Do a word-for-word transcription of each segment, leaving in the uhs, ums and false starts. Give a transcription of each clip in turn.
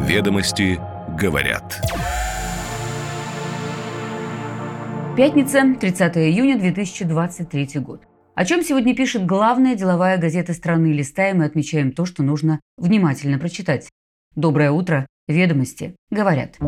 Ведомости говорят. Пятница, тридцатое июня две тысячи двадцать третий год. О чем сегодня пишет главная деловая газета страны? Листаем и отмечаем то, что нужно внимательно прочитать. Доброе утро. Ведомости говорят.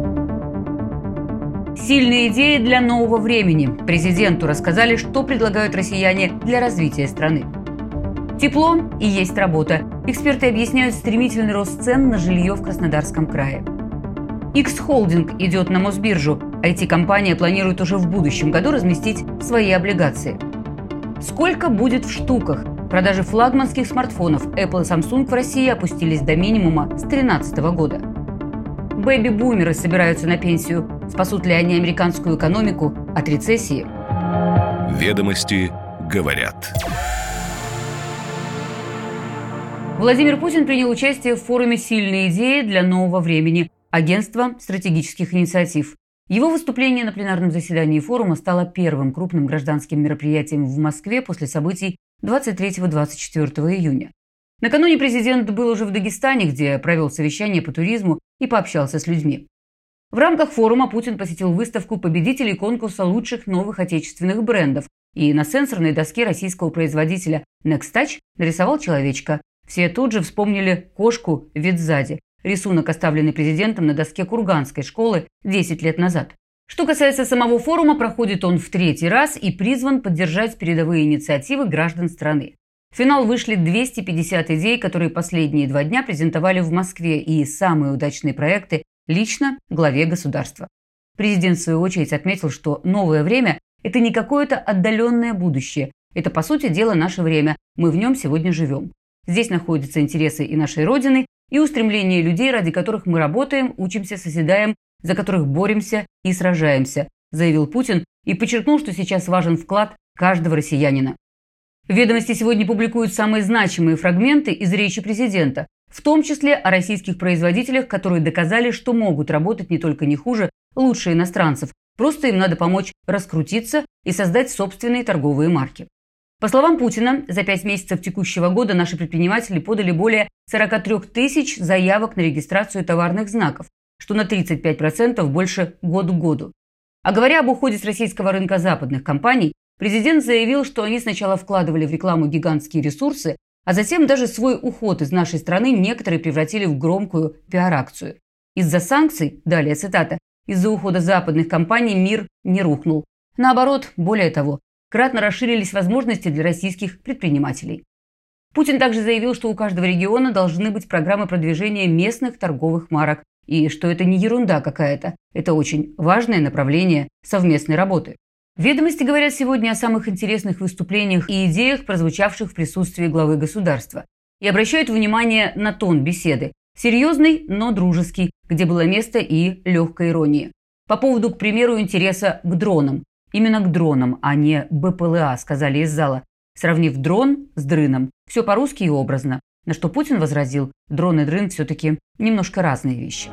Сильные идеи для нового времени. Президенту рассказали, что предлагают россияне для развития страны. Тепло и есть работа. Эксперты объясняют стремительный рост цен на жилье в Краснодарском крае. X-Холдинг идет на Мосбиржу. ай ти-компания планирует уже в будущем году разместить свои облигации. Сколько будет в штуках? Продажи флагманских смартфонов Apple и Samsung в России опустились до минимума с две тысячи тринадцатого года. Бэби-бумеры собираются на пенсию. Спасут ли они американскую экономику от рецессии? Ведомости говорят. Владимир Путин принял участие в форуме «Сильные идеи для нового времени» Агентства стратегических инициатив. Его выступление на пленарном заседании форума стало первым крупным гражданским мероприятием в Москве после событий двадцать третьего — двадцать четвёртого июня. Накануне президент был уже в Дагестане, где провел совещание по туризму и пообщался с людьми. В рамках форума Путин посетил выставку победителей конкурса лучших новых отечественных брендов и на сенсорной доске российского производителя Nextouch нарисовал человечка. Все тут же вспомнили кошку вид сзади. Рисунок, оставленный президентом на доске Курганской школы десять лет назад. Что касается самого форума, проходит он в третий раз и призван поддержать передовые инициативы граждан страны. В финал вышли двести пятьдесят идей, которые последние два дня презентовали в Москве, и самые удачные проекты лично главе государства. Президент, в свою очередь, отметил, что новое время – это не какое-то отдаленное будущее. Это, по сути дела, наше время. Мы в нем сегодня живем. Здесь находятся интересы и нашей Родины, и устремления людей, ради которых мы работаем, учимся, созидаем, за которых боремся и сражаемся, заявил Путин и подчеркнул, что сейчас важен вклад каждого россиянина. Ведомости сегодня публикуют самые значимые фрагменты из речи президента, в том числе о российских производителях, которые доказали, что могут работать не только не хуже, лучше иностранцев, просто им надо помочь раскрутиться и создать собственные торговые марки. По словам Путина, за пять месяцев текущего года наши предприниматели подали более сорок три тысяч заявок на регистрацию товарных знаков, что на тридцать пять процентов больше год к году. А говоря об уходе с российского рынка западных компаний, президент заявил, что они сначала вкладывали в рекламу гигантские ресурсы, а затем даже свой уход из нашей страны некоторые превратили в громкую пиар-акцию. Из-за санкций, далее цитата, из-за ухода западных компаний мир не рухнул. Наоборот, более того, кратно расширились возможности для российских предпринимателей. Путин также заявил, что у каждого региона должны быть программы продвижения местных торговых марок, и что это не ерунда какая-то, это очень важное направление совместной работы. Ведомости говорят сегодня о самых интересных выступлениях и идеях, прозвучавших в присутствии главы государства, и обращают внимание на тон беседы. Серьезный, но дружеский, где было место и легкой иронии. По поводу, к примеру, интереса к дронам. Именно к дронам, а не бэ пэ эл а, сказали из зала, сравнив дрон с дрыном. Все по-русски и образно. На что Путин возразил, дрон и дрын все-таки немножко разные вещи.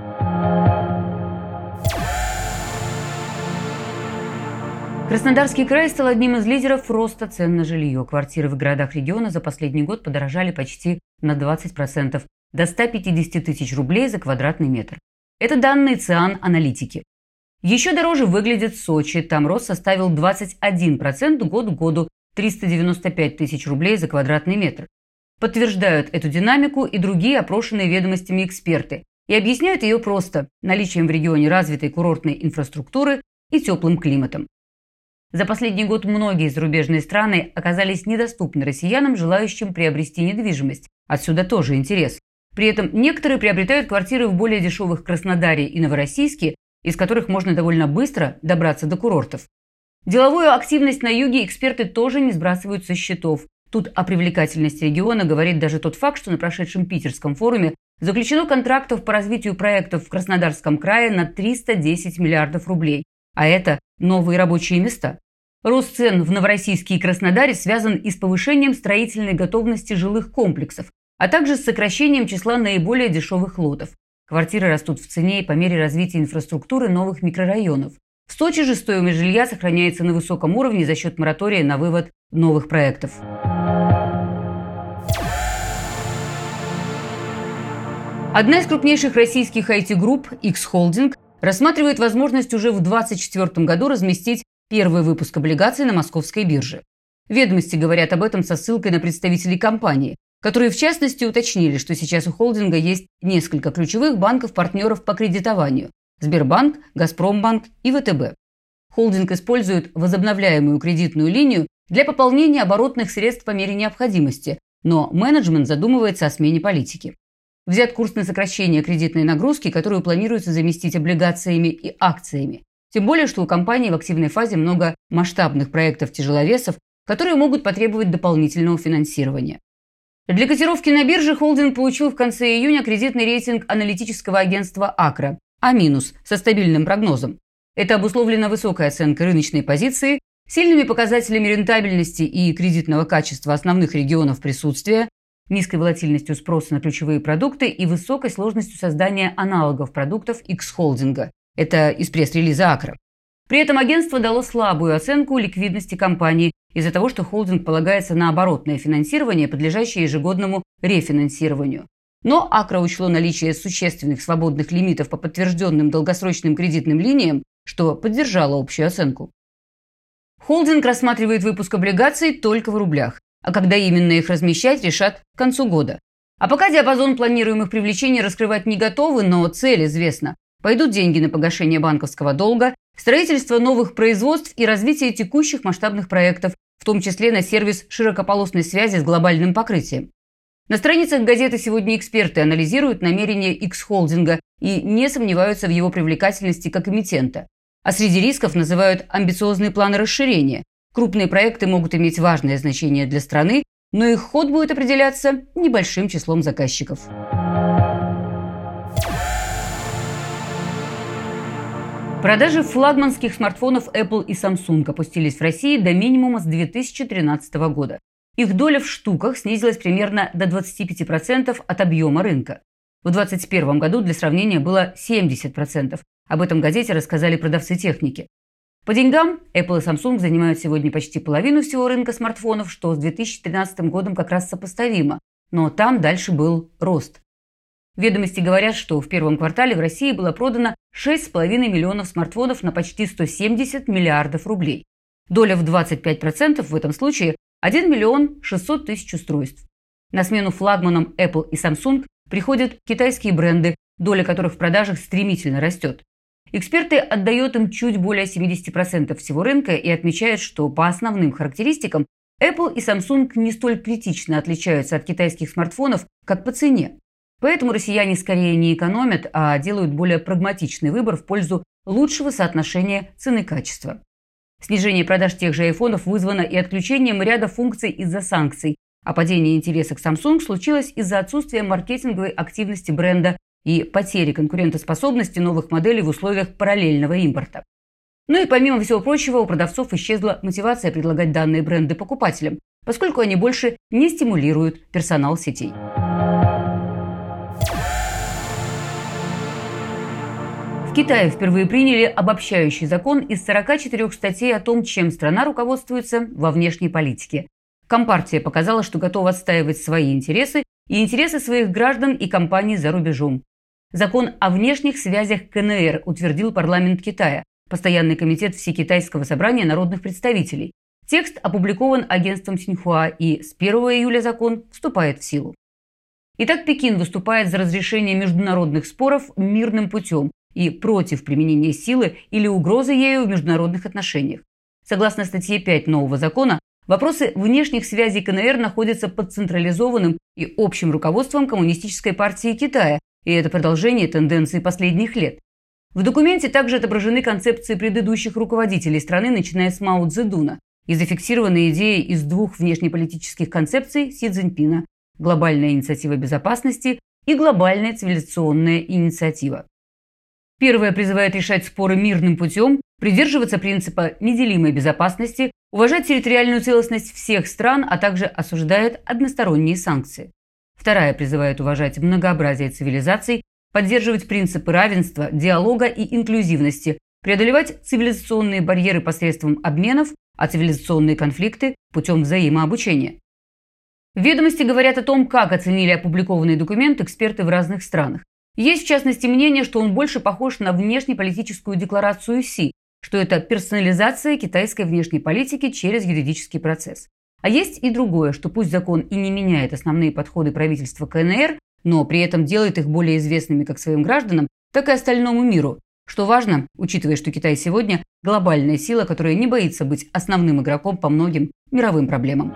Краснодарский край стал одним из лидеров роста цен на жилье. Квартиры в городах региона за последний год подорожали почти на двадцать процентов, до ста пятидесяти тысяч рублей за квадратный метр. Это данные ЦИАН аналитики. Еще дороже выглядит Сочи. Там рост составил двадцать один процент год к году, триста девяносто пять тысяч рублей за квадратный метр. Подтверждают эту динамику и другие опрошенные ведомостями эксперты и объясняют ее просто – наличием в регионе развитой курортной инфраструктуры и теплым климатом. За последний год многие зарубежные страны оказались недоступны россиянам, желающим приобрести недвижимость. Отсюда тоже интерес. При этом некоторые приобретают квартиры в более дешевых Краснодаре и Новороссийске, из которых можно довольно быстро добраться до курортов. Деловую активность на юге эксперты тоже не сбрасывают со счетов. Тут о привлекательности региона говорит даже тот факт, что на прошедшем питерском форуме заключено контрактов по развитию проектов в Краснодарском крае на триста десять миллиардов рублей. А это новые рабочие места. Рост цен в Новороссийске и Краснодаре связан и с повышением строительной готовности жилых комплексов, а также с сокращением числа наиболее дешевых лотов. Квартиры растут в цене и по мере развития инфраструктуры новых микрорайонов. В Сочи же стоимость жилья сохраняется на высоком уровне за счет моратория на вывод новых проектов. Одна из крупнейших российских ай ти-групп, X-Holding, рассматривает возможность уже в две тысячи двадцать четвёртом году разместить первый выпуск облигаций на московской бирже. Ведомости говорят об этом со ссылкой на представителей компании, которые в частности уточнили, что сейчас у холдинга есть несколько ключевых банков-партнеров по кредитованию – Сбербанк, Газпромбанк и вэ тэ бэ. Холдинг использует возобновляемую кредитную линию для пополнения оборотных средств по мере необходимости, но менеджмент задумывается о смене политики. Взят курс на сокращение кредитной нагрузки, которую планируется заместить облигациями и акциями. Тем более, что у компании в активной фазе много масштабных проектов-тяжеловесов, которые могут потребовать дополнительного финансирования. Для котировки на бирже холдинг получил в конце июня кредитный рейтинг аналитического агентства «Акра» А- со стабильным прогнозом. Это обусловлено высокой оценкой рыночной позиции, сильными показателями рентабельности и кредитного качества основных регионов присутствия, низкой волатильностью спроса на ключевые продукты и высокой сложностью создания аналогов продуктов X-холдинга. Это из пресс-релиза Акра. При этом агентство дало слабую оценку ликвидности компании из-за того, что холдинг полагается на оборотное финансирование, подлежащее ежегодному рефинансированию. Но Акра учло наличие существенных свободных лимитов по подтвержденным долгосрочным кредитным линиям, что поддержало общую оценку. Холдинг рассматривает выпуск облигаций только в рублях, а когда именно их размещать, решат к концу года. А пока диапазон планируемых привлечений раскрывать не готовы, но цель известна. Пойдут деньги на погашение банковского долга, строительство новых производств и развитие текущих масштабных проектов, в том числе на сервис широкополосной связи с глобальным покрытием. На страницах газеты сегодня эксперты анализируют намерения X-холдинга и не сомневаются в его привлекательности как эмитента. А среди рисков называют амбициозные планы расширения. Крупные проекты могут иметь важное значение для страны, но их ход будет определяться небольшим числом заказчиков. Продажи флагманских смартфонов Apple и Samsung опустились в России до минимума с две тысячи тринадцатого года. Их доля в штуках снизилась примерно до двадцати пяти процентов от объема рынка. В две тысячи двадцать первом году для сравнения было семьдесят процентов. Об этом газете рассказали продавцы техники. По деньгам Apple и Samsung занимают сегодня почти половину всего рынка смартфонов, что с две тысячи тринадцатым годом как раз сопоставимо, но там дальше был рост. Ведомости говорят, что в первом квартале в России было продано шесть с половиной миллионов смартфонов на почти сто семьдесят миллиардов рублей. Доля в двадцать пять процентов в этом случае – один миллион шестьсот тысяч устройств. На смену флагманам Apple и Samsung приходят китайские бренды, доля которых в продажах стремительно растет. Эксперты отдают им чуть более семидесяти процентов всего рынка и отмечают, что по основным характеристикам Apple и Samsung не столь критично отличаются от китайских смартфонов, как по цене. Поэтому россияне скорее не экономят, а делают более прагматичный выбор в пользу лучшего соотношения цены-качества. Снижение продаж тех же айфонов вызвано и отключением ряда функций из-за санкций, а падение интереса к Samsung случилось из-за отсутствия маркетинговой активности бренда и потери конкурентоспособности новых моделей в условиях параллельного импорта. Ну и помимо всего прочего, у продавцов исчезла мотивация предлагать данные бренды покупателям, поскольку они больше не стимулируют персонал сетей. В Китае впервые приняли обобщающий закон из сорока четырёх статей о том, чем страна руководствуется во внешней политике. Компартия показала, что готова отстаивать свои интересы и интересы своих граждан и компаний за рубежом. Закон о внешних связях ка эн эр утвердил парламент Китая, Постоянный комитет Всекитайского собрания народных представителей. Текст опубликован агентством Синьхуа, и с первого июля закон вступает в силу. Итак, Пекин выступает за разрешение международных споров мирным путем и против применения силы или угрозы ею в международных отношениях. Согласно статье пять нового закона, вопросы внешних связей ка эн эр находятся под централизованным и общим руководством Коммунистической партии Китая, и это продолжение тенденций последних лет. В документе также отображены концепции предыдущих руководителей страны, начиная с Мао Цзэдуна, и зафиксированы идеи из двух внешнеполитических концепций Си Цзиньпина – глобальная инициатива безопасности и глобальная цивилизационная инициатива. Первая призывает решать споры мирным путем, придерживаться принципа неделимой безопасности, уважать территориальную целостность всех стран, а также осуждает односторонние санкции. Вторая призывает уважать многообразие цивилизаций, поддерживать принципы равенства, диалога и инклюзивности, преодолевать цивилизационные барьеры посредством обменов, а цивилизационные конфликты путем взаимообучения. В ведомости говорят о том, как оценили опубликованный документ эксперты в разных странах. Есть, в частности, мнение, что он больше похож на внешнеполитическую декларацию Си, что это персонализация китайской внешней политики через юридический процесс. А есть и другое, что пусть закон и не меняет основные подходы правительства ка эн эр, но при этом делает их более известными как своим гражданам, так и остальному миру. Что важно, учитывая, что Китай сегодня глобальная сила, которая не боится быть основным игроком по многим мировым проблемам.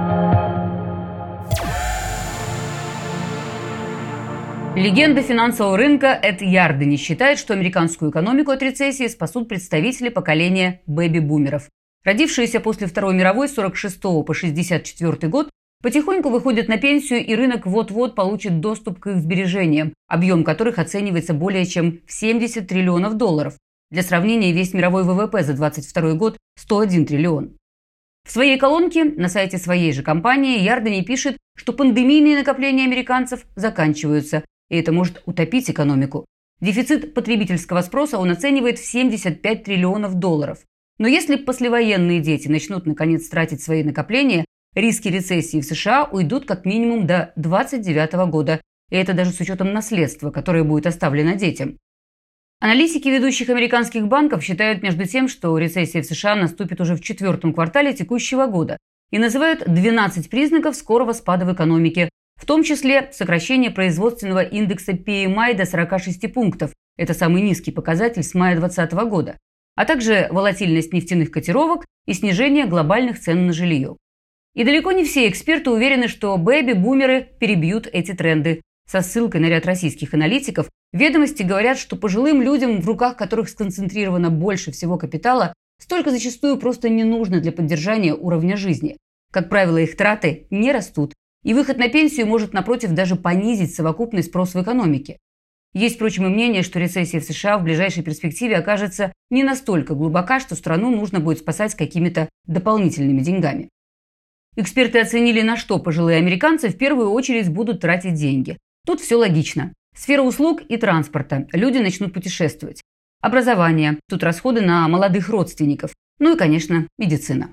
Легенда финансового рынка Эд Ярдени считает, что американскую экономику от рецессии спасут представители поколения бэби-бумеров. Родившиеся после Второй мировой с сорок шестого по шестьдесят четвёртый год потихоньку выходят на пенсию, и рынок вот-вот получит доступ к их сбережениям, объем которых оценивается более чем в семьдесят триллионов долларов. Для сравнения, весь мировой вэ вэ пэ за двадцать второй год – сто один триллион. В своей колонке на сайте своей же компании Ярдени пишет, что пандемийные накопления американцев заканчиваются, и это может утопить экономику. Дефицит потребительского спроса он оценивает в семьдесят пять триллионов долларов. Но если послевоенные дети начнут наконец тратить свои накопления, риски рецессии в США уйдут как минимум до двадцать девятого года, и это даже с учетом наследства, которое будет оставлено детям. Аналитики ведущих американских банков считают между тем, что рецессия в США наступит уже в четвертом квартале текущего года, и называют двенадцать признаков скорого спада в экономике, в том числе сокращение производственного индекса пи эм ай до сорока шести пунктов, это самый низкий показатель с мая двадцатого года, а также волатильность нефтяных котировок и снижение глобальных цен на жилье. И далеко не все эксперты уверены, что бэби-бумеры перебьют эти тренды. Со ссылкой на ряд российских аналитиков, «Ведомости» говорят, что пожилым людям, в руках которых сконцентрировано больше всего капитала, столько зачастую просто не нужно для поддержания уровня жизни. Как правило, их траты не растут, и выход на пенсию может, напротив, даже понизить совокупный спрос в экономике. Есть, впрочем, и мнение, что рецессия в США в ближайшей перспективе окажется не настолько глубока, что страну нужно будет спасать какими-то дополнительными деньгами. Эксперты оценили, на что пожилые американцы в первую очередь будут тратить деньги. Тут все логично. Сфера услуг и транспорта. Люди начнут путешествовать. Образование. Тут расходы на молодых родственников. Ну и, конечно, медицина.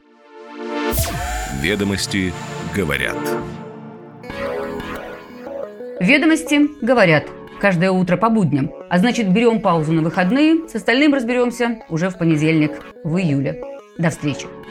Ведомости говорят. Ведомости говорят. Каждое утро по будням. А значит, берем паузу на выходные. С остальным разберемся уже в понедельник, в июле. До встречи.